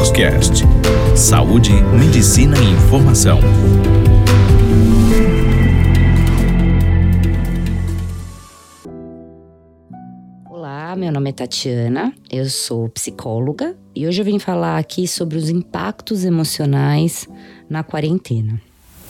Cast. Saúde, medicina e informação. Olá, meu nome é Tatiana, eu sou psicóloga e hoje eu vim falar aqui sobre os impactos emocionais na quarentena.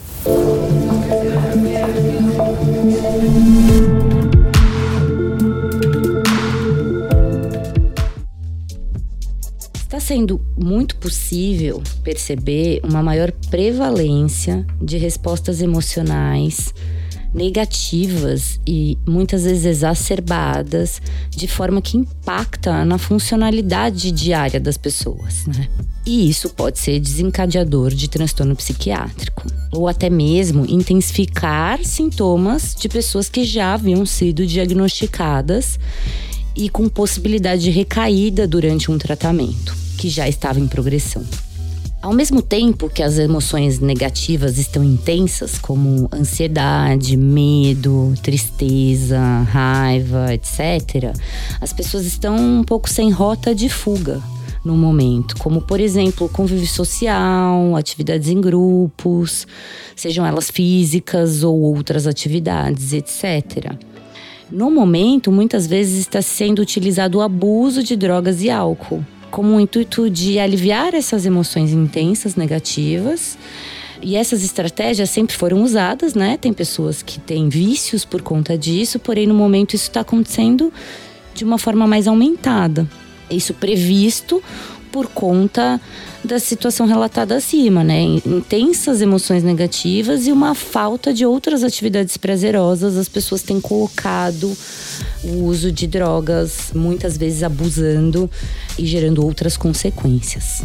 Está sendo muito possível perceber uma maior prevalência de respostas emocionais negativas e muitas vezes exacerbadas, de forma que impacta na funcionalidade diária das pessoas, né? E isso pode ser desencadeador de transtorno psiquiátrico, ou até mesmo intensificar sintomas de pessoas que já haviam sido diagnosticadas e com possibilidade de recaída durante um tratamento que já estava em progressão. Ao mesmo tempo que as emoções negativas estão intensas, como ansiedade, medo, tristeza, raiva, etc., as pessoas estão um pouco sem rota de fuga no momento, como, por exemplo, convívio social, atividades em grupos, sejam elas físicas ou outras atividades, etc. No momento, muitas vezes está sendo utilizado o abuso de drogas e álcool, como um intuito de aliviar essas emoções intensas, negativas. E essas estratégias sempre foram usadas, né? Tem pessoas que têm vícios por conta disso, porém no momento isso está acontecendo de uma forma mais aumentada. Isso previsto por conta da situação relatada acima, né? Intensas emoções negativas e uma falta de outras atividades prazerosas. As pessoas têm colocado o uso de drogas, muitas vezes abusando e gerando outras consequências.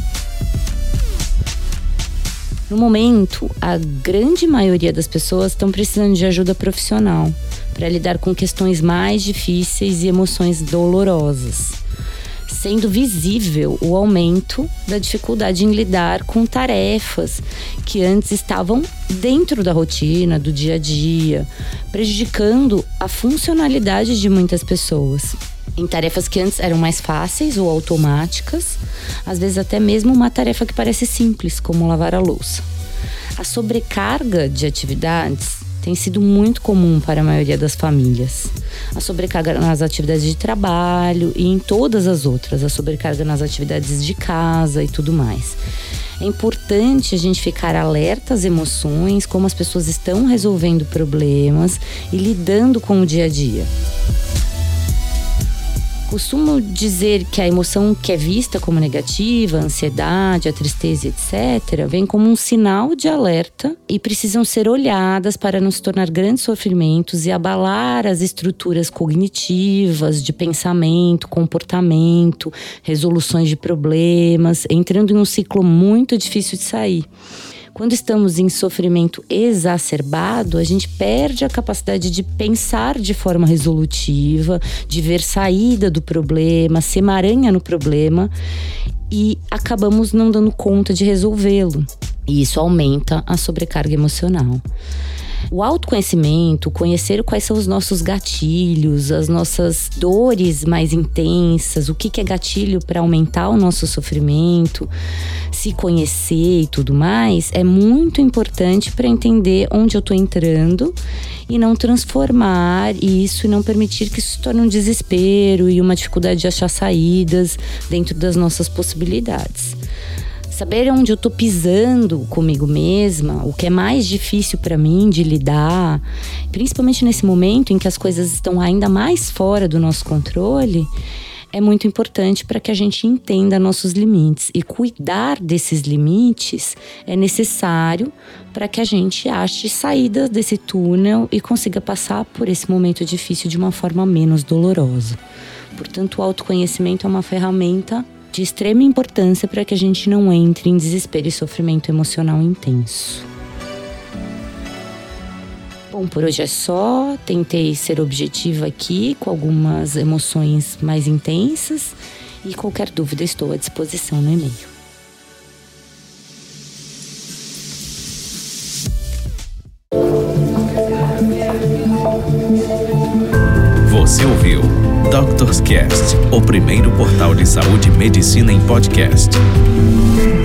No momento, a grande maioria das pessoas estão precisando de ajuda profissional para lidar com questões mais difíceis e emoções dolorosas, sendo visível o aumento da dificuldade em lidar com tarefas que antes estavam dentro da rotina, do dia a dia, prejudicando a funcionalidade de muitas pessoas. Em tarefas que antes eram mais fáceis ou automáticas, às vezes até mesmo uma tarefa que parece simples, como lavar a louça. A sobrecarga de atividades tem sido muito comum para a maioria das famílias. A sobrecarga nas atividades de trabalho e em todas as outras, a sobrecarga nas atividades de casa e tudo mais. É importante a gente ficar alerta às emoções, como as pessoas estão resolvendo problemas e lidando com o dia a dia. Costumo dizer que a emoção que é vista como negativa, a ansiedade, a tristeza, etc., vem como um sinal de alerta e precisam ser olhadas para não se tornar grandes sofrimentos e abalar as estruturas cognitivas de pensamento, comportamento, resoluções de problemas, entrando em um ciclo muito difícil de sair. Quando estamos em sofrimento exacerbado, a gente perde a capacidade de pensar de forma resolutiva, de ver saída do problema, se emaranha no problema e acabamos não dando conta de resolvê-lo. E isso aumenta a sobrecarga emocional. O autoconhecimento, conhecer quais são os nossos gatilhos, as nossas dores mais intensas, o que é gatilho para aumentar o nosso sofrimento, se conhecer e tudo mais, é muito importante para entender onde eu estou entrando e não transformar isso e não permitir que isso se torne um desespero e uma dificuldade de achar saídas dentro das nossas possibilidades. Saber onde eu tô pisando comigo mesma, o que é mais difícil para mim de lidar, principalmente nesse momento em que as coisas estão ainda mais fora do nosso controle, é muito importante para que a gente entenda nossos limites. E cuidar desses limites é necessário para que a gente ache saídas desse túnel e consiga passar por esse momento difícil de uma forma menos dolorosa. Portanto, o autoconhecimento é uma ferramenta de extrema importância para que a gente não entre em desespero e sofrimento emocional intenso. Bom, por hoje é só. Tentei ser objetiva aqui com algumas emoções mais intensas e qualquer dúvida estou à disposição no e-mail. Você ouviu DoctorsCast, o primeiro portal de saúde e medicina em podcast.